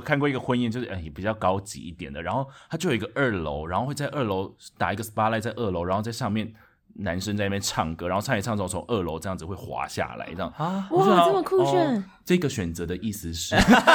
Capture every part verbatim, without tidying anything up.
看过一个婚宴，就是、呃、也比较高级一点的，然后它就有一个二楼，然后会在二楼打一个 spotlight 在二楼，然后在上面男生在那边唱歌，然后唱一唱之后从二楼这样子会滑下来，这样啊， 哇，这么酷炫、 哦！这个选择的意思是。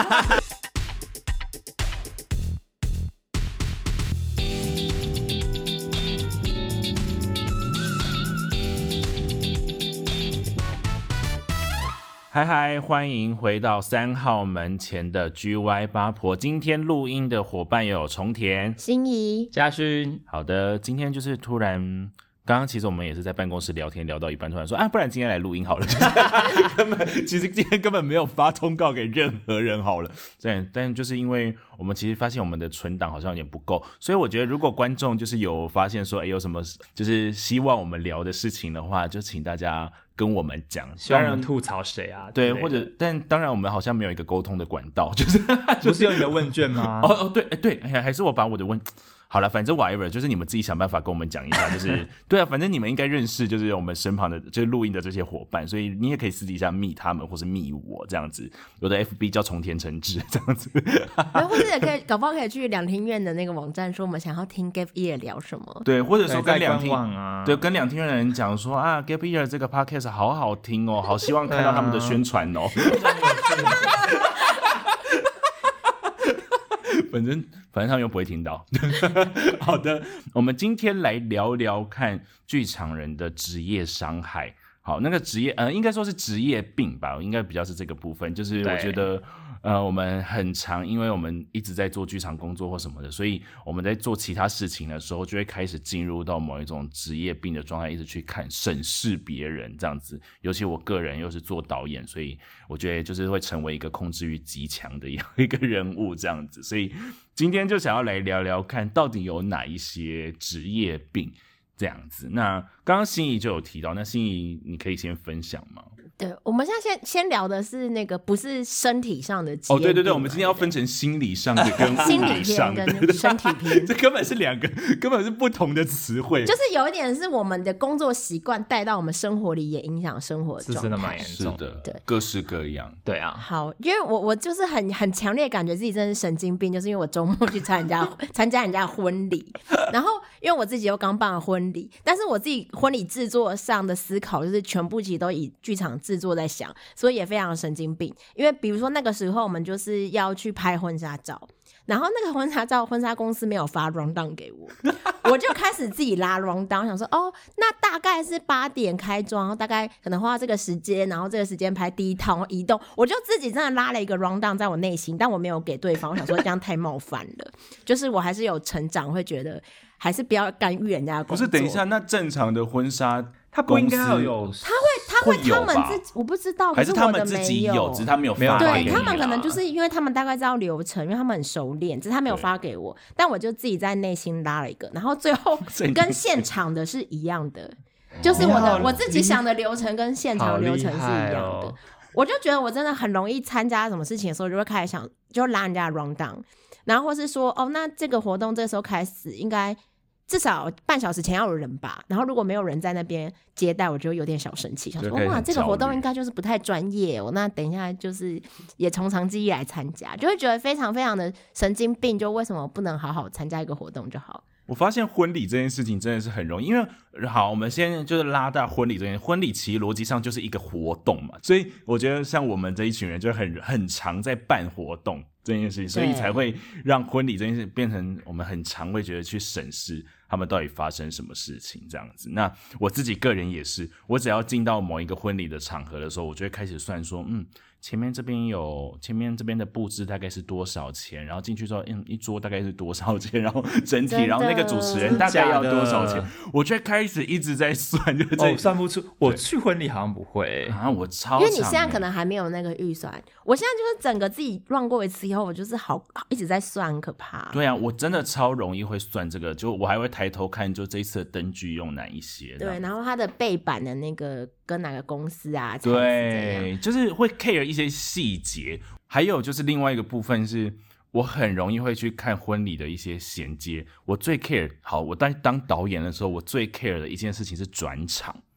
嗨嗨，欢迎回到三号门前的 G Y 八婆。今天录音的伙伴有重田、 心仪、 嘉勋。 好的，今天就是突然，刚刚其实我们也是在办公室聊天，聊到一半突然说啊，不然今天来录音好了。根本其实今天根本没有发通告给任何人好了。对，但就是因为我们其实发现我们的存档好像有点不够，所以我觉得如果观众就是有发现说，哎，有什么就是希望我们聊的事情的话，就请大家跟我们讲， 希望人吐槽谁啊？ 对，或者但当然我们好像没有一个沟通的管道，就是不是有你的问卷吗？ 哦哦，对对，还是我把我的问好了，反正 whatever， 就是你们自己想办法跟我们讲一下，就是对啊，反正你们应该认识，就是我们身旁的就是录音的这些伙伴，所以你也可以私底下密他们，或是密我这样子。我的 F B 叫重田诚志这样子， 或者也可以，搞不好可以去两厅院的那个网站说我们想要听 Gap Year 聊什么， 对，或者说跟两厅啊， 对跟两厅院的人讲说啊 ，Gap Year 这个 podcast 好好听哦，好希望看到他们的宣传哦。反正反正他们又不会听到。好的，我们今天来聊聊看剧场人的职业伤害。好，那个职业呃，应该说是职业病吧，应该比较是这个部分。就是我觉得呃，我们很常，因为我们一直在做剧场工作或什么的，所以我们在做其他事情的时候，就会开始进入到某一种职业病的状态，一直去看审视别人这样子。尤其我个人又是做导演，所以我觉得就是会成为一个控制欲极强的一个人物这样子。所以今天就想要来聊聊看，到底有哪一些职业病这样子。那刚刚心仪就有提到，那心仪你可以先分享吗？ 对，我们现在先先聊的是那个不是身体上的疾病。 哦，对对对，我们今天要分成心理上的跟物理上的， 跟身体篇， 这根本是两个，根本是不同的词汇。 就是有一点是我们的工作习惯带到我们生活里，也影响生活的状态， 是真的蛮严重的， 对， 各式各样。 对啊， 好，因为我我就是很很强烈感觉自己真的是神经病，就是因为我周末去参人家参加人家的婚礼，然后因为我自己又刚办了婚礼，但是我自己婚礼制作上的思考就是全部其实都以剧场制作在想。所以也非常的神经病，因为比如说那个时候我们就是要去拍婚纱照，然后那个婚纱照婚纱公司没有发 round down 给我，我就开始自己拉 round down， 想说哦，那大概是八点开妆，大概可能花这个时间，然后这个时间拍第一套移动，我就自己真的拉了一个 round down 在我内心，但我没有给对方，我想说这样太冒犯了，就是我还是有成长，会觉得还是不要干预人家的工作。 不是，等一下，那正常的婚纱他不应该要有， 他会，他会，他们自己，我不知道， 还是他们自己有，只是他没有发给你。 对，他们可能就是因为他们大概知道流程，因为他们很熟练，只是他没有发给我，但我就自己在内心拉了一个，然后最后跟现场的是一样的，就是我的我自己想的流程跟现场流程是一样的。哦、我就觉得我真的很容易参加什么事情的时候，就会开始想，就拉人家的 round down， 然后或是说，哦，那这个活动这个时候开始应该。至少半小时前要有人吧，然后如果没有人在那边接待，我就有点小生气，想说哇，这个活动应该就是不太专业哦。那等一下就是也从长计议来参加，就会觉得非常非常的神经病，就为什么不能好好参加一个活动就好？ 我发现婚礼这件事情真的是很容易，因为好，我们先就是拉大婚礼这件，婚礼其实逻辑上就是一个活动嘛，所以我觉得像我们这一群人就很很常在办活动这件事情，所以才会让婚礼这件事变成我们很常会觉得去审视他们到底发生什么事情这样子。那我自己个人也是，我只要进到某一个婚礼的场合的时候，我就会开始算说，嗯。前面这边有前面这边的布置大概是多少钱，然后进去之后，嗯，一桌大概是多少钱，然后整体，然后那个主持人大概要多少钱，我就开始一直在算，就哦算不出。我去婚礼好像不会啊，我超因为你现在可能还没有那个预算，我现在就是整个自己乱过一次以后，我就是好一直在算，很可怕。 对啊，我真的超容易会算这个，就我还会抬头看，就这一次的灯具用哪一些， 对，然后它的背板的那个跟哪个公司啊， 对，就是会 care 一些细节，还有就是另外一个部分是我很容易会去看婚礼的一些衔接。我最 care 好，我在当导演的时候，我最 care 的一件事情是转场。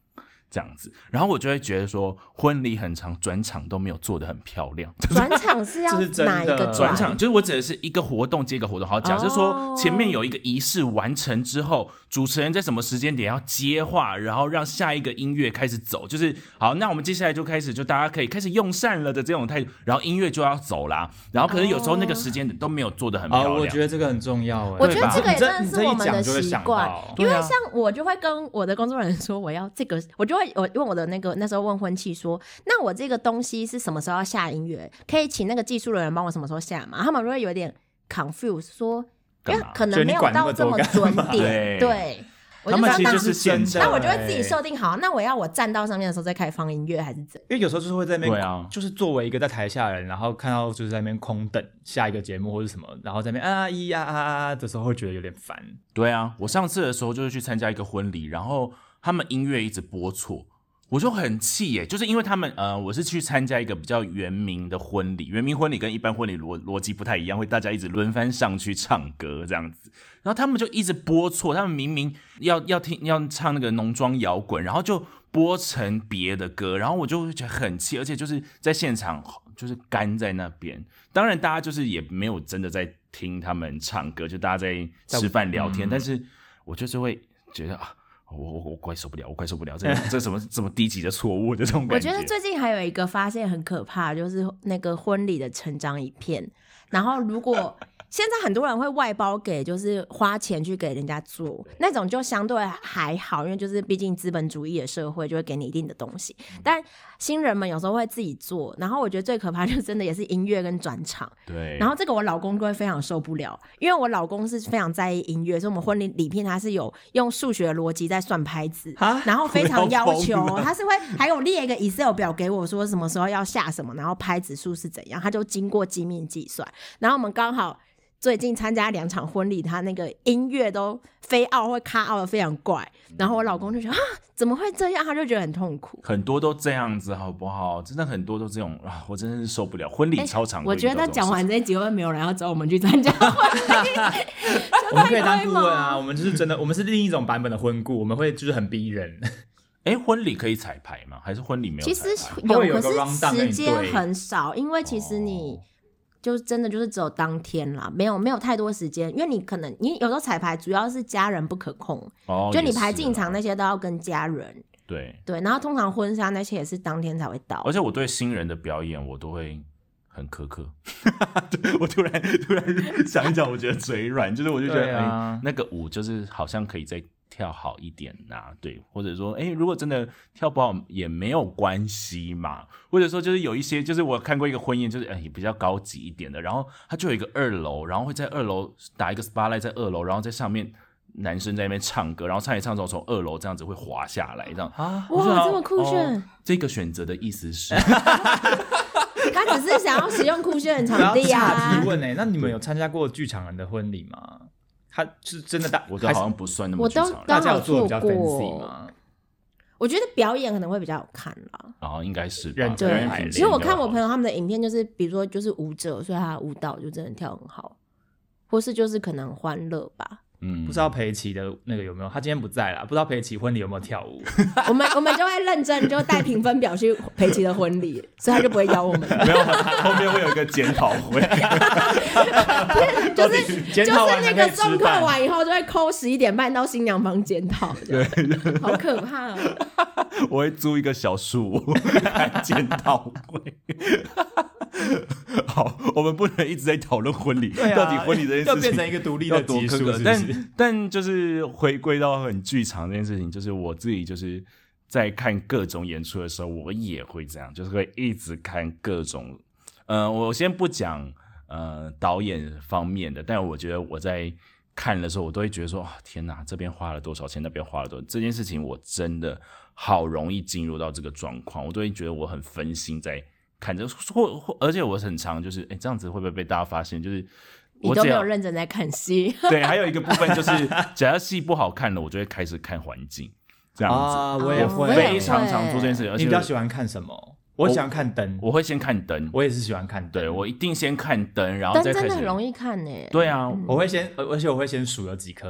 这样子，然后我就会觉得说，婚礼很长，转场都没有做得很漂亮。 转场是要哪一个转场？就是我指的是一个活动接一个活动。好，假设说前面有一个仪式完成之后，主持人在什么时间点要接话，然后让下一个音乐开始走，就是好，那我们接下来就开始，就大家可以开始用膳了的这种态度，然后音乐就要走啦。然后可是有时候那个时间都没有做得很漂亮。 哦，我觉得这个很重要哎。 我觉得这个也真的是我们的习惯，因为像我就会跟我的工作人员说，我要这个，我就会我问我的那个那时候问婚庆说，那我这个东西是什么时候要下音乐？可以请那个技术人员帮我什么时候下吗？他们就会有点 confuse 说，因为可能没有到这么准点，对。 他们其实就是现在， 那我就会自己设定好，那我要我站到上面的时候再开始放音乐还是怎？ 因为有时候就是会在那边， 啊、 就是作为一个在台下的人，然后看到就是在那边空等下一个节目或是什么，然后在那边啊咿呀啊啊的时候，会觉得有点烦。 对啊，我上次的时候就是去参加一个婚礼，然后他们音乐一直播错。我就很气耶，就是因为他们呃，我是去参加一个比较原民的婚礼，原民婚礼跟一般婚礼逻逻辑不太一样，会大家一直轮番上去唱歌这样子，然后他们就一直播错，他们明明要要听要唱那个农庄摇滚，然后就播成别的歌，然后我就觉得很气，而且就是在现场就是干在那边，当然大家就是也没有真的在听他们唱歌，就大家在吃饭聊天，嗯、但是我就是会觉得啊。我我我快受不了，我快受不了，这这什么这么低级的错误的这种感觉。 我觉得最近还有一个发现很可怕，就是那个婚礼的成长影片。然后如果现在很多人会外包给，就是花钱去给人家做那种，就相对还好，因为就是毕竟资本主义的社会就会给你一定的东西。但新人们有时候会自己做，然后我觉得最可怕就真的也是音乐跟转场。 对。 然后这个我老公就会非常受不了，因为我老公是非常在意音乐，所以我们婚礼里片他是有用数学逻辑在算拍子，然后非常要求，他是会还有列一个 Excel 表给我说什么时候要下什么，然后拍子数是怎样，他就经过精密计算。然后我们刚好最近参加两场婚礼，他那个音乐都飞奥会卡奥的非常怪，然后我老公就觉得啊怎么会这样，他就觉得很痛苦。 很多都这样子好不好？真的很多都这种啊，我真的是受不了。婚礼超长、欸， 我觉得他讲完这一集会不会没有人要找我们去参加婚礼？ 我们可以当顾问啊，我们就是真的，我们是另一种版本的婚顾，我们会就是很逼人。 哎、欸，婚礼可以彩排吗？还是婚礼没有彩排？ 其实有， 有可是时间很少，因为其实你。就真的就是只有当天啦，没有没有太多时间，因为你可能你有时候彩排主要是家人不可控，哦，就你排进场那些都要跟家人， 对对，然后通常婚纱那些也是当天才会到， 而且我对新人的表演我都会很苛刻，我突然突然想一想，我觉得嘴软，就是我就觉得、啊欸、那个舞就是好像可以再跳好一点呐、啊，对，或者说，哎、欸，如果真的跳不好也没有关系嘛，或者说就是有一些，就是我看过一个婚宴，就是哎、欸、比较高级一点的，然后它就有一个二楼，然后会在二楼打一个 spotlight 在二楼，然后在上面男生在那边唱歌，然后唱一唱之后从二楼这样子会滑下来，这样啊，哇，这么酷炫、 哦！这个选择的意思是。 他只是想要使用酷炫的场地啊。 提问哎、欸，那你们有参加过剧场人的婚礼吗？他是真的大， 我都好像不算那么剧场人， 大家有做比较 fancy 吗？ 我觉得表演可能会比较好看啦。 哦，应该是认真排练。 因为我看我朋友他们的影片，就是比如说就是舞者，所以他的舞蹈就真的跳很好，或是就是可能欢乐吧。 嗯，不知道裴琦的那个有没有？他今天不在啦，不知道裴琦婚礼有没有跳舞。 我们我们就会认真就带评分表去裴琦的婚礼，所以他就不会邀我们。 没有，后面会有一个检讨会， 就是就是那个送客完以后就会扣十一点半到新娘房检讨，对，好可怕哦。 我会租一个小树屋检讨会。好，我们不能一直在讨论婚礼、啊，到底婚礼这件事情要变成一个独立的集数， 但但就是回归到很剧场这件事情，就是我自己就是在看各种演出的时候，我也会这样，就是会一直看各种。呃，我先不讲呃导演方面的，但我觉得我在看的时候，我都会觉得说，啊，天哪，这边花了多少钱，那边花了多少，这件事情我真的好容易进入到这个状况，我都会觉得我很分心在。看着或或，而且我很常就是，哎、欸，这样子会不会被大家发现？就是我你都没有认真在看戏。 对，还有一个部分就是，假如戏不好看了，我就会开始看环境，这样子。 啊，我也会， 非常常做这件事情。而且你比较喜欢看什么？我喜欢看灯， 我会先看灯。 我也是喜欢看灯， 对我一定先看灯，然后再开始。 灯真的很容易看呢。 对啊， 嗯、我会先，而且我会先数有几颗什么灯。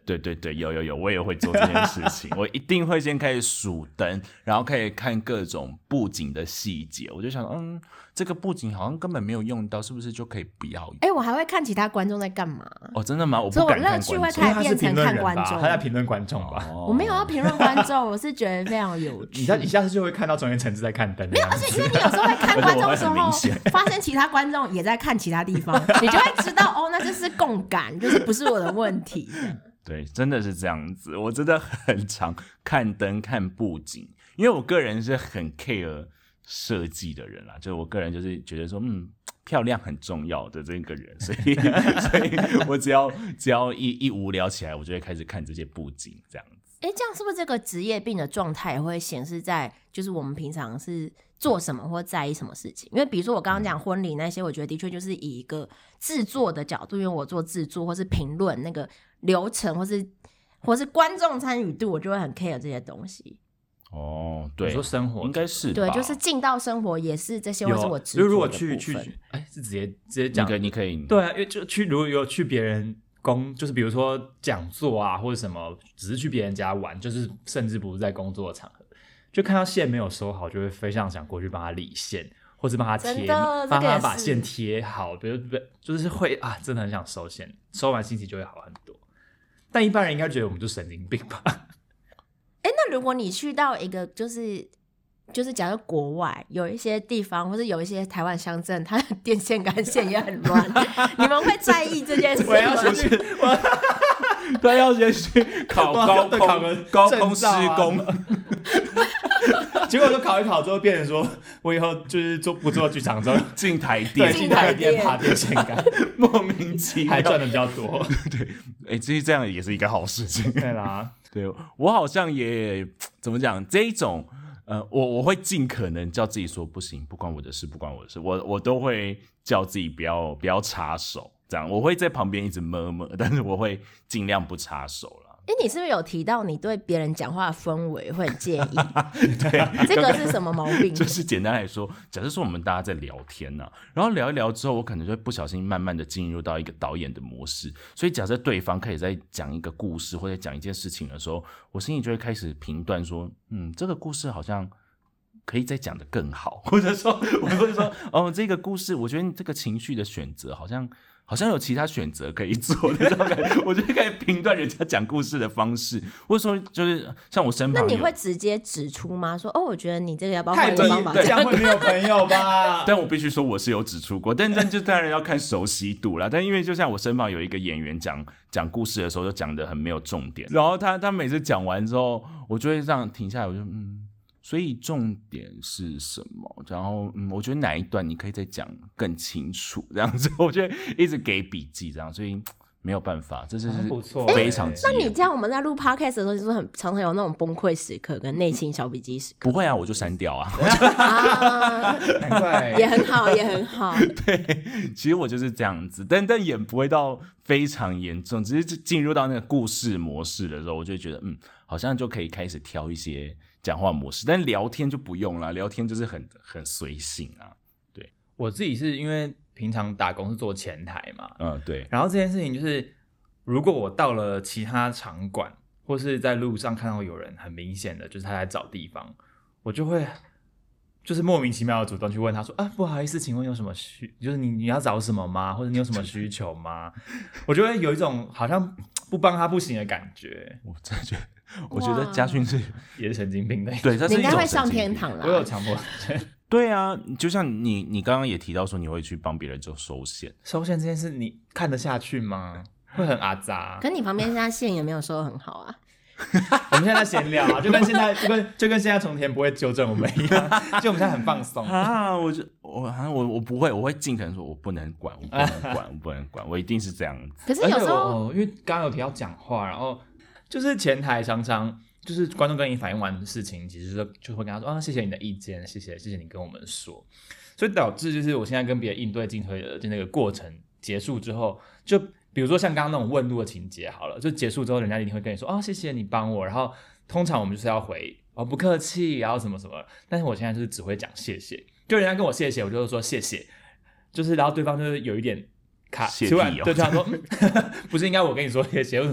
对对对，有有有，我也会做这件事情。我一定会先开始数灯，然后开始看各种布景的细节。我就想，嗯，这个布景好像根本没有用到，是不是就可以不要用？ 哎、欸，我还会看其他观众在干嘛。哦， 真的吗？我不敢看观众。 所以我乐趣会开始变成看观众。 他在评论观众吧、 哦？我没有要评论观众，我是觉得非常有趣。 你下你下次就会看到中间橙子在看灯。 没有，而且因为你有时候会看观众的时候，发现其他观众也在看其他地方，你就会知道哦，那就是共感，就是不是我的问题。 对，真的是这样子。我真的很常看灯、看布景，因为我个人是很 care 设计的人啦，就是我个人就是觉得说，嗯，漂亮很重要的这个人，所以，所以我只要只要一一无聊起来，我就会开始看这些布景，这样子。 哎，这样是不是这个职业病的状态也会显示在，就是我们平常是做什么或在意什么事情？因为比如说我刚刚讲婚礼那些，我觉得的确就是以一个制作的角度，因为我做制作或是评论那个流程，或是或是观众参与度，我就会很 care 这些东西。 哦，对， 你说生活应该是对，就是进到生活也是这些会是我制作的部分。 如果去去，哎，是直接直接讲， 你可以， 对啊，因为就去如果有去别人。工就是比如说讲座啊或者什么，只是去别人家玩，就是甚至不是在工作的场合，就看到线没有收好，就会非常想过去帮他理线，或者帮他贴，帮他把线贴好，比如就是会啊，真的很想收线，收完心情就会好很多。但一般人应该觉得我们就神经病吧？ 哎，那如果你去到一个就是就是假如国外有一些地方，或是有一些台湾乡镇，它的电线杆线也很乱，你们会在意这件事吗？ 我要先去， 他要先去考高空考个高空施工， 结果就考一考之后，变成说我以后就是做不做剧场之后进台电， 进台电爬电线杆， 莫名其妙还赚的比较多。 对，哎，其实这样也是一个好事情。 对啦， 对我好像也怎么讲这一种。呃，我我会尽可能叫自己说不行，不关我的事，不关我的事，我我都会叫自己不要不要插手，这样我会在旁边一直摸摸，但是我会尽量不插手啦。 哎，你是不是有提到你对别人讲话的氛围会很介意？对，这个是什么毛病？ 就是简单来说，假设说我们大家在聊天啊，然后聊一聊之后，我可能就会不小心慢慢的进入到一个导演的模式，所以假设对方可以在讲一个故事或者讲一件事情的时候，我心里就会开始评断说，嗯，这个故事好像可以再讲得更好，或者说我会说，哦，这个故事我觉得你这个情绪的选择好像好像有其他选择可以做的，我就可以评断人家讲故事的方式，或者说就是像我身旁， 那你会直接指出吗？说哦，我觉得你这个要不要换一个方法？ 这样会没有朋友吧？ 但我必须说我是有指出过，但但就当然要看熟悉度啦。但因为就像我身旁有一个演员讲讲故事的时候，就讲得很没有重点，然后他他每次讲完之后，我就会这样停下来，我就嗯。所以重点是什么？然后，嗯，我觉得哪一段你可以再讲更清楚，这样子，我就一直给笔记，这样，所以没有办法，这就是非常职业。 那你这样，我们在录 podcast 的时候，就是很常常有那种崩溃时刻跟内心小笔记时刻。 不会啊，我就删掉啊。 啊， 难怪也很好，也很好。 对，其实我就是这样子，但但也不会到非常严重，只是进入到那个故事模式的时候，我就觉得，嗯，好像就可以开始挑一些讲话模式，但聊天就不用了，聊天就是很很随性啊。对， 我自己是因为平常打工是做前台嘛， 嗯，对。 然后这件事情就是，如果我到了其他场馆，或是在路上看到有人很明显的就是他在找地方，我就会就是莫名其妙的主动去问他说啊，不好意思，请问有什么需，就是你你要找什么吗？或者你有什么需求吗？我就会有一种好像不帮他不行的感觉。 我真的觉得。我觉得嘉勋是也是神经病的， 对， 你应该会上天堂啦。 我有强迫症。 对啊，就像你，你刚刚也提到说你会去帮别人做收线， 收线这件事你看得下去吗？会很阿杂。 可你旁边现在线也没有收得很好啊。 我们现在在闲聊啊，就跟现在就跟就跟现在从前不会纠正我们一样，就我们现在很放松啊。我就我我我不会，我会尽可能说，我不能管，我不能管，我不能管，我一定是这样子。 可是有时候， 因为刚刚有提到讲话，然后。就是前台常常就是观众跟你反映完的事情，其实就就会跟他说啊，谢谢你的意见，谢谢谢谢你跟我们说，所以导致就是我现在跟别人应对进退的就那个过程结束之后，就比如说像刚刚那种问路的情节好了，就结束之后，人家一定会跟你说哦，谢谢你帮我，然后通常我们就是要回哦不客气，然后什么什么，但是我现在就是只会讲谢谢，就人家跟我谢谢，我就说谢谢，就是然后对方就是有一点卡， 谢屁哦， 对，就想说不是应该我跟你说谢谢。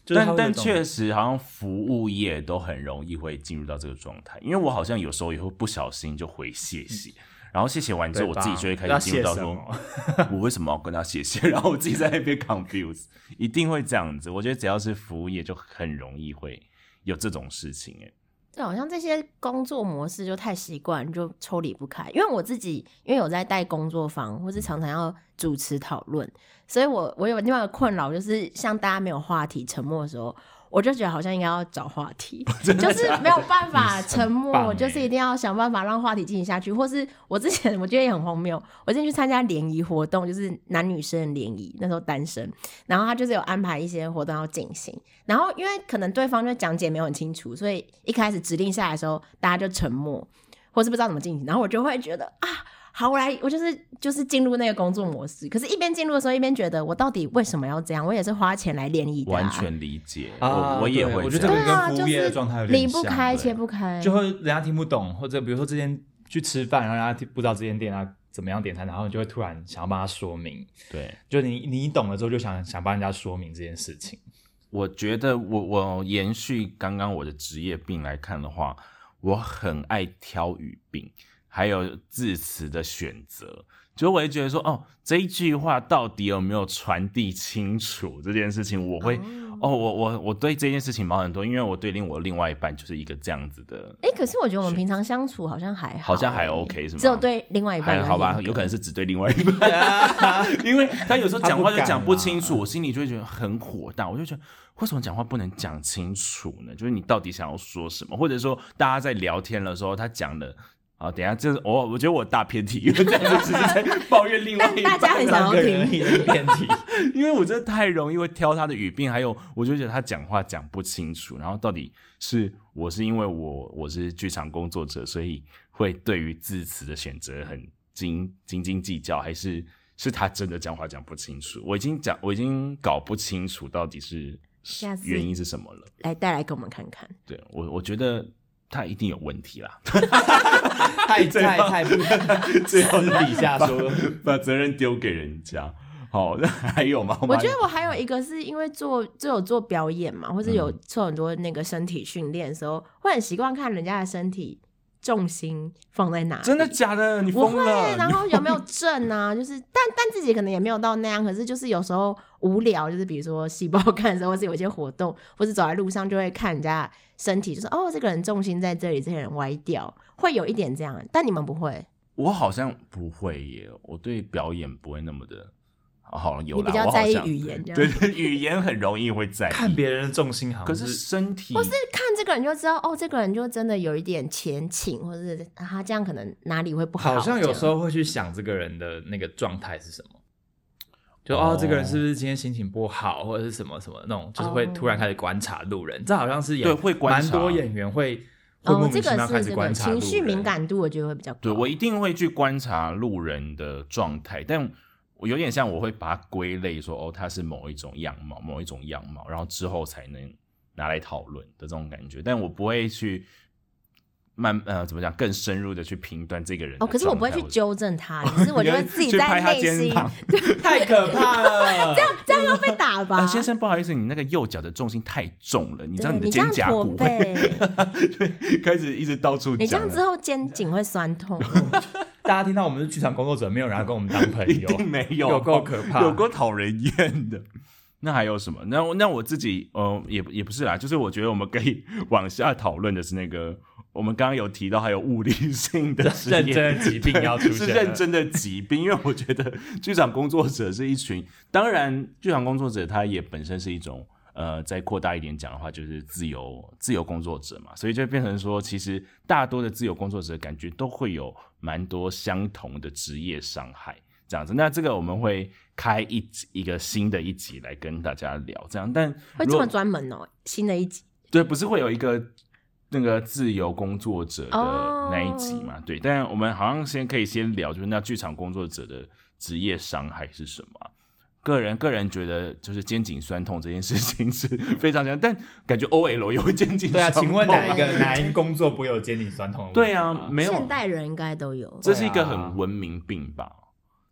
就是但但确实好像服务业都很容易会进入到这个状态，因为我好像有时候也会不小心就回谢谢。嗯，然后谢谢完之后，我自己就会开始进入到说，我为什么要跟他谢谢？然后我自己在那边 confuse， 一定会这样子。我觉得只要是服务业，就很容易会有这种事情哎。 对，好像这些工作模式就太习惯，就抽离不开。因为我自己，因为有在带工作坊，或是常常要主持讨论，所以我我有另外一个困扰，就是像大家没有话题、沉默的时候。我就觉得好像应该要找话题，就是没有办法沉默，就是一定要想办法让话题进行下去。或是我之前我觉得也很荒谬，我之前去参加联谊活动，就是男女生的联谊，那时候单身，然后他就是有安排一些活动要进行，然后因为可能对方就讲解没有很清楚，所以一开始指令下来的时候，大家就沉默，或是不知道怎么进行，然后我就会觉得啊。好，我来，我就是就是进入那个工作模式。可是，一边进入的时候，一边觉得我到底为什么要这样？我也是花钱来联谊的、啊， 完全理解。 啊、 我我也会， 我觉得这个跟服务业的状态有点像， 离不开、切不开， 就会人家听不懂，或者比如说之前去吃饭，然后人家不知道这间店啊怎么样点餐，然后你就会突然想要帮他说明。 对， 就你你懂了之后，就想想帮人家说明这件事情。 我觉得我我延续刚刚我的职业病来看的话，我很爱挑语病。还有字词的选择，就我会觉得说，哦，这一句话到底有没有传递清楚这件事情，我会，哦，哦我我我对这件事情毛很多，因为我对另我另外一半就是一个这样子的。 哎，可是我觉得我们平常相处好像还好， 好像还 OK 是吗？ 只有对另外一半， 还好吧，有可能是只对另外一半，因为他有时候讲话就讲不清楚，我心里就会觉得很火大，我就觉得为什么讲话不能讲清楚呢？就是你到底想要说什么，或者说大家在聊天的时候，他讲的。好，等一下，这是我，我觉得我大偏题，因为这样子只是在抱怨另外一半， 大家很想要听偏题， 因为我真的太容易会挑他的语病，还有我就觉得他讲话讲不清楚，然后到底是我是因为我我是剧场工作者，所以会对于字词的选择很斤斤斤计较，还是是他真的讲话讲不清楚？我已经讲，我已经搞不清楚到底是原因是什么了。 来带来给我们看看。 对我，我觉得。他一定有问题啦， 太太太不最后底下说把, 把责任丢给人家。好，那还有吗？ 我觉得我还有一个是因为做就有做表演嘛，或者有做很多那个身体训练的时候，嗯、会很习惯看人家的身体重心放在哪里。 真的假的？你疯了？ 然后有没有正啊？就是但但自己可能也没有到那样，可是就是有时候无聊，就是比如说细胞看的时候，或是有一些活动，或是走在路上就会看人家身体，就是哦，这个人重心在这里，这个人歪掉，会有一点这样。但你们不会？ 我好像不会耶，我对表演不会那么的。好，有啦， 你比较在意语言这样， 对，语言很容易会在意。 看别人的重心好像是， 可是身体， 或是看这个人就知道，哦，这个人就真的有一点前倾，或者是他这样可能哪里会不好。 好像有时候会去想这个人的那个状态是什么，就哦，这个人是不是今天心情不好，或者是什么什么那种，就是会突然开始观察路人。这好像是对会观察， 蛮多演员会。会莫名其妙开始观察路人， 哦，这个是这个情绪敏感度，我觉得会比较高。 对，我一定会去观察路人的状态，但我有点像我会把它归类说，哦，它是某一种样貌，某一种样貌，然后之后才能拿来讨论的这种感觉。但我不会去慢呃怎么讲更深入的去评断这个人的。 哦，可是我不会去纠正他，可是我就会自己在内心， 太可怕了。 这样这样要被打吧？ 啊，先生，不好意思，你那个右脚的重心太重了，你知道你的肩胛骨会对开始一直到处讲。 你这样之后肩颈会酸痛。 大家听到我们是剧场工作者，没有人要跟我们当朋友， 一定没有， 有够可怕， 有够讨人厌的。那还有什么？那那我自己呃也也不是啦，就是我觉得我们可以往下讨论的是那个，我们刚刚有提到还有物理性的认真的疾病要出现， 是认真的疾病，因为我觉得剧场工作者是一群，当然剧场工作者他也本身是一种。呃，再扩大一点讲的话，就是自由自由工作者嘛，所以就变成说，其实大多的自由工作者感觉都会有蛮多相同的职业伤害这样子。那这个我们会开一一个新的一集来跟大家聊，这样，但会这么专门哦，新的一集？ 对，不是会有一个那个自由工作者的那一集嘛？ Oh. 对，但我们好像先可以先聊，就是那剧场工作者的职业伤害是什么、啊？个人个人觉得就是肩颈酸痛这件事情是非常强，但感觉 O L 有肩颈酸痛。 对啊，请问哪一个哪一个工作不会有肩颈酸痛的？ 对啊，没有， 现代人应该都有。 这是一个很文明病吧？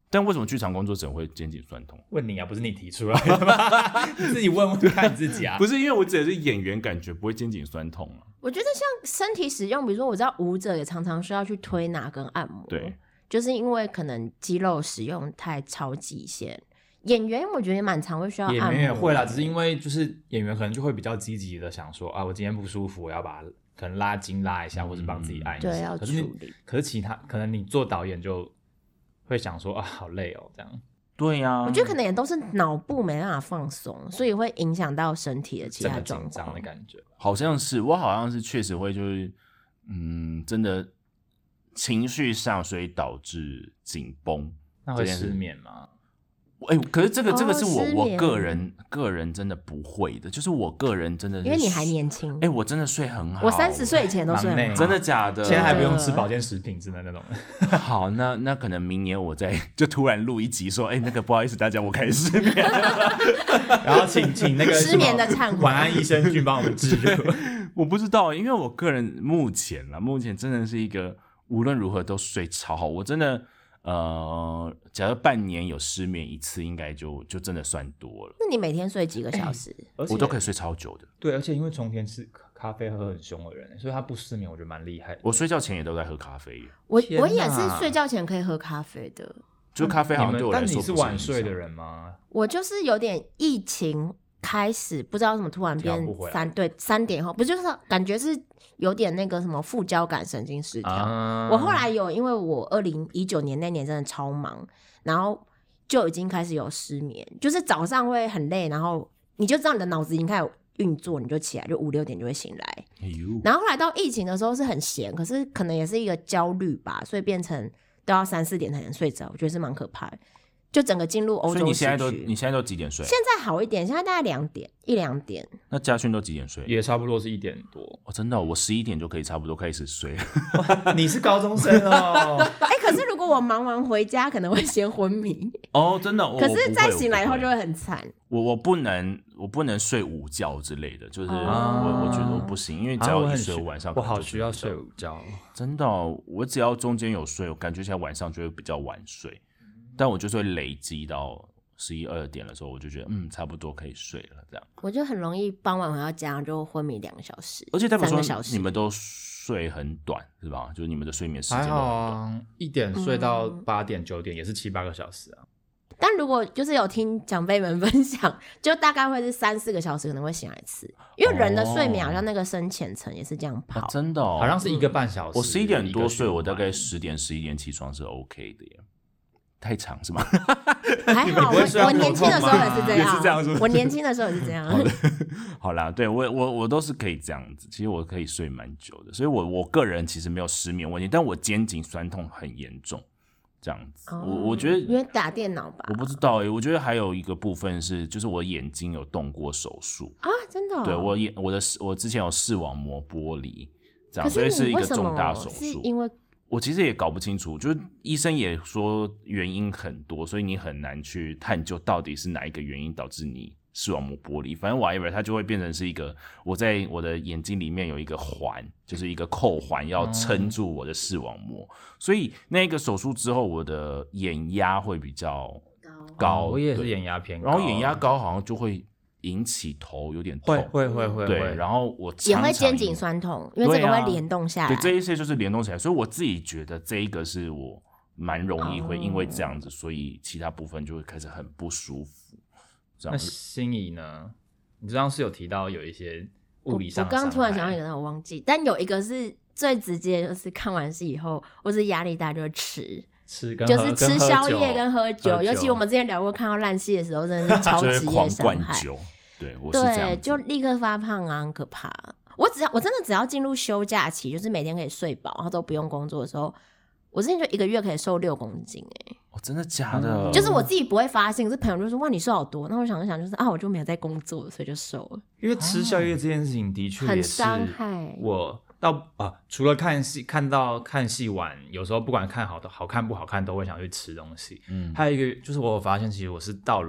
但为什么剧场工作者会肩颈酸痛？ 问你啊，不是你提出来的吗？你自己问问看你自己啊。 不是因为我指的是演员，感觉不会肩颈酸痛啊。 我觉得像身体使用，比如说我知道舞者也常常需要去推拿跟按摩， 对， 就是因为可能肌肉使用太超极限。演员我觉得也蛮常会需要按摩， 演员也会啦，只是因为就是演员可能就会比较积极的想说啊，我今天不舒服，我要把可能拉筋拉一下，嗯、或是帮自己按一下。 对，要处理。可是其他可能你做导演就会想说啊，好累哦，这样。 对呀、啊， 我觉得可能也都是脑部没办法放松，所以会影响到身体的其他状况。 紧张的感觉， 好像是我好像是确实会就是嗯，真的情绪上，所以导致紧绷。 那会失眠吗？ 哎、欸，可是这个、 哦、 这个是我我个人个人真的不会的，就是我个人真的是， 因为你还年轻。 哎、欸，我真的睡很好， 我三十岁以前都睡很好， 真的假的？ 现在还不用吃保健食品之类的那种。 好，那那可能明年我再就突然录一集说，哎、欸，那个不好意思，大家我开始失眠， 然后请请那个失眠的忏悔， 晚安益生菌帮我们治热。 我不知道，因为我个人目前啦，目前真的是一个无论如何都睡超好，我真的。呃，假如半年有失眠一次，应该就就真的算多了。 那你每天睡几个小时？ 欸、我都可以睡超久的。 对，而且因为从前是咖啡喝很凶的人，所以他不失眠，我觉得蛮厉害的。 我睡觉前也都在喝咖啡。 我我也是睡觉前可以喝咖啡的， 就咖啡好像对我来说不是。 但你是晚睡的人吗？ 我就是有点疫情开始，不知道怎么突然变三对三点后，不就是感觉是。有点那个什么副交感神经失调、啊，我后来有，因为我二零一九年那年真的超忙，然后就已经开始有失眠，就是早上会很累，然后你就知道你的脑子已经开始运作，你就起来，就五六点就会醒来。哎、然后后来到疫情的时候是很闲，可是可能也是一个焦虑吧，所以变成都要三四点才能睡着，我觉得是蛮可怕的。就整个进入欧洲， 所以你现在都你现在都几点睡？ 现在好一点，现在大概两点一两点。 那嘉勋都几点睡？ 也差不多是一点多。 哦，真的、哦，我十一点就可以差不多开始睡了。 你是高中生哦。 哎、欸，可是如果我忙完回家，可能会先昏迷。 哦，真的。 可是再醒来以后就会很惨。 我我不能我不能睡午觉之类的，就是我、哦、我觉得我不行，因为只要一睡，我晚上我好需要睡午觉。 真的、哦，我只要中间有睡，我感觉起来晚上就会比较晚睡。但我就是会累积到十一二点的时候，我就觉得嗯，差不多可以睡了。这样我就很容易傍晚回到家就昏迷两个小时， 而且代表说你们都睡很短是吧？就是你们的睡眠时间都很短， 啊，一点睡到八点九点也是七八个小时啊。 但如果就是有听长辈们分享，就大概会是三四个小时可能会醒来一次，因为人的睡眠好像那个深浅层也是这样跑， 哦啊、真的、哦， 好像是一个半小时。 我十一点多睡，我大概十点十一点起床是 OK 的耶。太长是吗？ 还好，我我年轻的时候也是这样， 也是这样是不是？ 我年轻的时候也是这样。 好, 好啦，对我我我都是可以这样子，其实我可以睡蛮久的，所以我我个人其实没有失眠问题，但我肩颈酸痛很严重，这样子。哦、我我觉得因为打电脑吧， 我不知道哎、欸，我觉得还有一个部分是，就是我眼睛有动过手术啊，真的、哦？ 对我眼我的我之前有视网膜剥离，这样，所以是一个重大手术， 因为。 我其实也搞不清楚，就是医生也说原因很多，所以你很难去探究到底是哪一个原因导致你视网膜剥离。反正 whatever， 它就会变成是一个我在我的眼睛里面有一个环，就是一个扣环要撑住我的视网膜，嗯、所以那个手术之后，我的眼压会比较高。 我也是眼压偏高， 然后眼压高好像就会引起头有点痛， 会会会会， 对，然后我常常也会肩颈酸痛，因为这个会联动下来。 对、啊，对，这一些就是联动起来，所以我自己觉得这一个是我蛮容易会因为这样子，哦、所以其他部分就会开始很不舒服。这样那心仪呢？你刚刚是有提到有一些物理上的， 我刚刚突然想到一个，我忘记，但有一个是最直接，就是看完戏以后，或是压力大就会吃。 吃跟就是吃宵夜跟喝酒， 喝酒尤其我们之前聊过，看到烂戏的时候，真的是超职业伤害。 对，我是这样子， 对，就立刻发胖啊，很可怕。我只要我真的只要进入休假期，就是每天可以睡饱，然后都不用工作的时候，我之前就一个月可以瘦六公斤哎、欸。 哦，真的假的？ 嗯、就是我自己不会发现，是朋友就说哇你瘦好多，那我想一想就是啊，我就没有在工作，所以就瘦了。 因为吃宵夜这件事情的确很伤害我。到啊，除了看戏，看到看戏晚，有时候不管看好的好看不好看，都会想去吃东西。嗯，还有一个就是我有发现，其实我是到了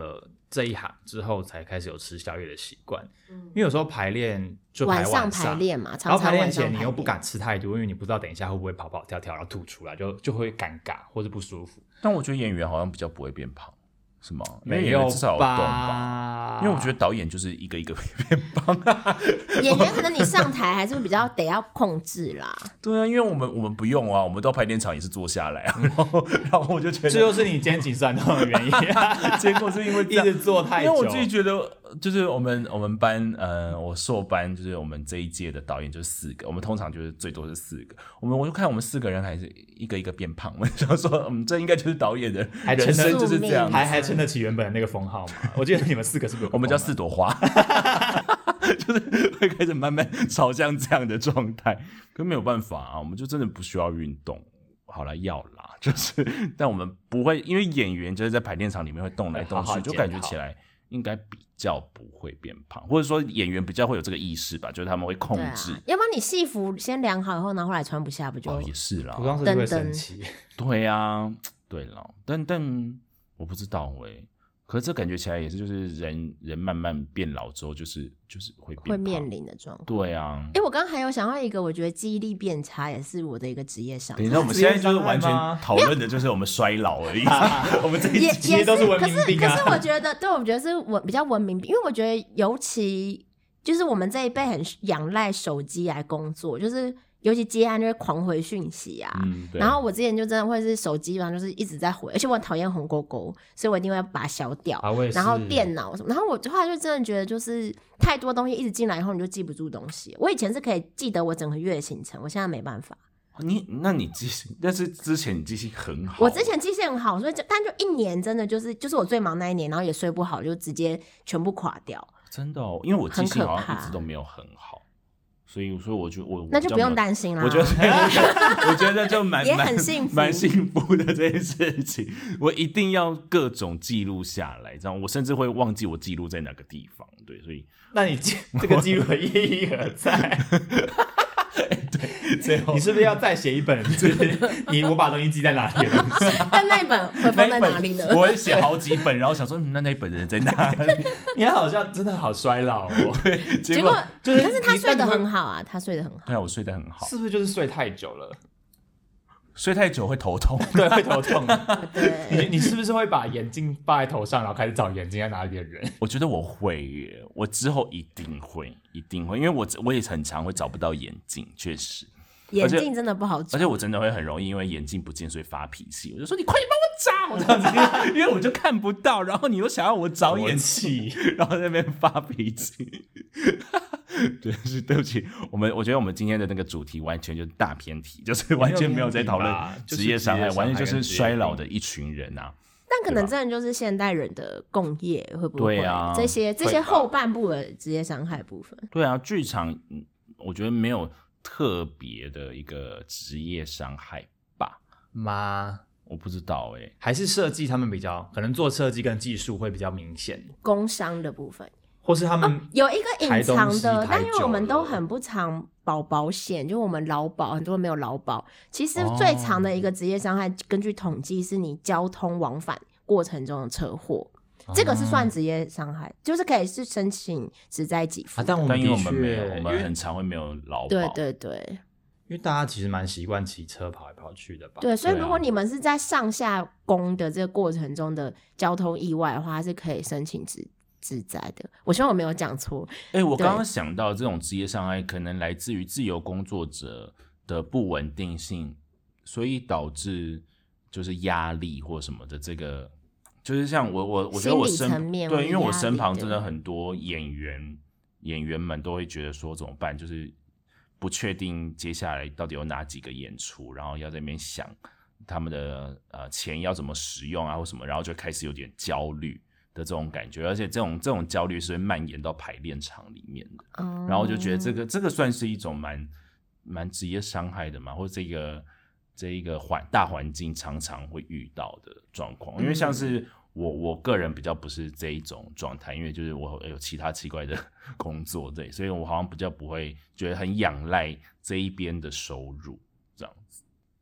这一行之后才开始有吃宵夜的习惯，嗯、因为有时候排练就排晚上上排练嘛，常常然后排练晚上前你又排练不敢吃太多，因为你不知道等一下会不会跑跑跳跳然后吐出来，就就会尴尬或者不舒服。 但我觉得演员好像比较不会变胖，是吗？因为没有演员至少有动吧。 吧？ 因为我觉得导演就是一个一个变胖、啊， 演员可能你上台还是比较得要控制啦。 对啊，因为我们我们不用啊，我们到排练场也是坐下来啊，然后然后我就觉得这就是你肩颈酸痛的原因、啊。 结果是因为一直坐太久， 因为我自己觉得，就是我们我们班呃，我硕班就是我们这一届的导演就是四个，我们通常就是最多是四个，我们我就看我们四个人还是一个一个变胖，我就想说，嗯，这应该就是导演的人生就是这样， 还还撑得起原本的那个封号嘛？我记得你们四个是不是有我们叫四朵花，就是会开始慢慢朝向这样的状态，可没有办法啊，我们就真的不需要运动。好啦，要啦，就是，但我们不会，因为演员就是在排练场里面会动来动去， 好好就感觉起来应该比较不会变胖，或者说演员比较会有这个意识吧，就是他们会控制。 啊、要不然你戏服先量好以后，然后后来穿不下，不就？ 哦，也是啦， 服装设计会生气。 对啊，对啦，但但我不知道哎、欸。可是这感觉起来也是，就是人人慢慢变老之后，就是就是会变胖会面临的状况。 对啊， 哎、欸，我刚刚还有想到一个，我觉得记忆力变差也是我的一个职业伤害。 等一下，我们现在就是完全讨论的就是我们衰老而已。我们这一集都是文明病啊。 可是，可是我觉得，对，我觉得是文比较文明病，因为我觉得尤其就是我们这一辈很仰赖手机来工作，就是。尤其接案就会狂回讯息啊、嗯，然后我之前就真的会是手机上就是一直在回，而且我很讨厌红勾勾，所以我一定会把它消掉、 啊、 然后电脑什么，然后我后来就真的觉得就是太多东西一直进来以后你就记不住东西。我以前是可以记得我整个月的行程，我现在没办法。 你那你记性，但是之前你记性很好。 我之前记性很好，所以就但就一年真的就是就是我最忙那一年，然后也睡不好，就直接全部垮掉。 真的哦，因为我记性好像一直都没有很好。所以，所以我就我那就不用担心啦。 我觉得，我觉得就蛮也很幸福， 蛮幸福的这件事情。我一定要各种记录下来，这样我甚至会忘记我记录在哪个地方。对，所以那你这个记录的意义何在？ 对，最后你是不是要再写一本？就是你我把东西记在哪里的东西？ 但那一本会放在哪里呢？ 我会写好几本，然后想说，嗯、那那一本人在哪里？ 你好像真的好衰老哦。 对， 结果就是， 但是他睡得很好啊，他睡得很好。 对啊，我睡得很好。 是不是就是睡太久了？ 睡太久会头痛， 对，会头痛。 对， 你你是不是会把眼镜放在头上，然后开始找眼镜在哪里的人？ 我觉得我会耶，我之后一定会，一定会，因为我我也很常会找不到眼镜，确实。 眼镜真的不好找， 而且我真的会很容易因为眼镜不见所以发脾气，我就说你快点帮我找，这样子，因为我就看不到，然后你又想要我找眼镜，然后在那边发脾气。对，是对不起，我们我觉得我们今天的那个主题完全就是大偏题，就是完全没有在讨论职业伤害，完全就是衰老的一群人啊。 但可能真的就是现代人的共业会不会？ 对啊， 这些这些后半部的职业伤害部分。 对啊，剧场我觉得没有特别的一个职业伤害吧？ 吗？ 我不知道哎、欸， 还是设计他们比较可能做设计跟技术会比较明显， 工商的部分。 或是他们、哦、 有一个隐藏的，但因为我们都很不常保保险，就我们劳保很多人没有劳保。其实最常的一个职业伤害，哦、根据统计是你交通往返过程中的车祸，哦、这个是算职业伤害，就是可以是申请职灾给付、 啊。但我们因为我们没有，我们很常会没有劳保。 对对对， 因为大家其实蛮习惯骑车跑来跑去的吧？ 对，所以如果你们是在上下工的这个过程中的交通意外的话，是可以申请职。自在的，我希望我没有讲错。 哎、欸，我刚刚想到这种职业伤害可能来自于自由工作者的不稳定性，所以导致就是压力或什么的。这个就是像我我我觉得我身对，因为我身旁真的很多演员演员们都会觉得说怎么办，就是不确定接下来到底有哪几个演出，然后要在那边想他们的呃钱要怎么使用啊或什么，然后就开始有点焦虑的这种感觉，而且这种这种焦虑是会蔓延到排练场里面的，嗯、然后我就觉得这个这个算是一种蛮蛮职业伤害的嘛，或者这个这一个环大环境常常会遇到的状况，因为像是我我个人比较不是这一种状态，因为就是我有其他奇怪的工作，对，所以我好像比较不会觉得很仰赖这一边的收入这样子。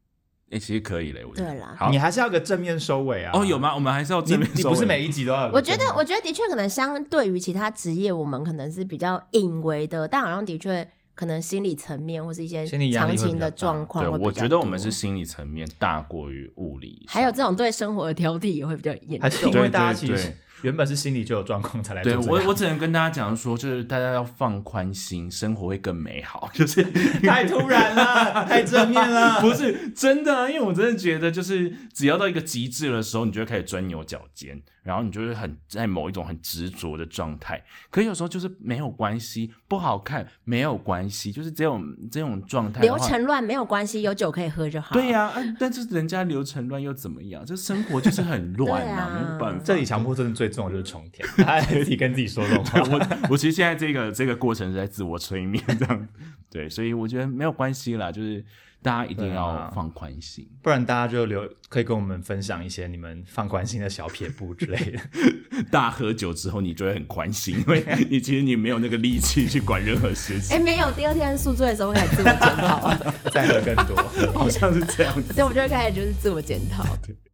哎、欸，其实可以嘞，我觉得。 对啦， 你还是要有个正面收尾啊。 哦，有吗？我们还是要正面收尾。 你, 你不是每一集都要有。 我觉得，我觉得的确可能相对于其他职业，我们可能是比较隐微的，但好像的确可能心理层面或是一些常情的状况会比较多。 对，我觉得我们是心理层面大过于物理， 还有这种对生活的挑剔也会比较严重。 还是因为大家其实原本是心里就有状况才来做这样。 对，我我只能跟大家讲说，就是大家要放宽心，生活会更美好。就是太突然了，太正面了。 不是真的啊，因为我真的觉得，就是只要到一个极致的时候，你就会开始钻牛角尖，然后你就会很在某一种很执着的状态。可有时候就是没有关系，不好看没有关系，就是这种这种状态。 流程乱没有关系，有酒可以喝就好。 对呀、啊啊，但是人家流程乱又怎么样？这生活就是很乱啊，没有办法。 这里强迫症最重的就是重填，他自己跟自己说这种话。 我我其实现在这个这个过程是在自我催眠这样，对，所以我觉得没有关系啦，就是大家一定要放宽心， 啊、不然大家就留可以跟我们分享一些你们放宽心的小撇步之类的。 大喝酒之后，你就会很宽心，因为你其实你没有那个力气去管任何事情。 哎、欸，没有，第二天宿醉的时候开始自我检讨， 再喝更多， 好像是这样子。 所以我就会开始就是自我检讨。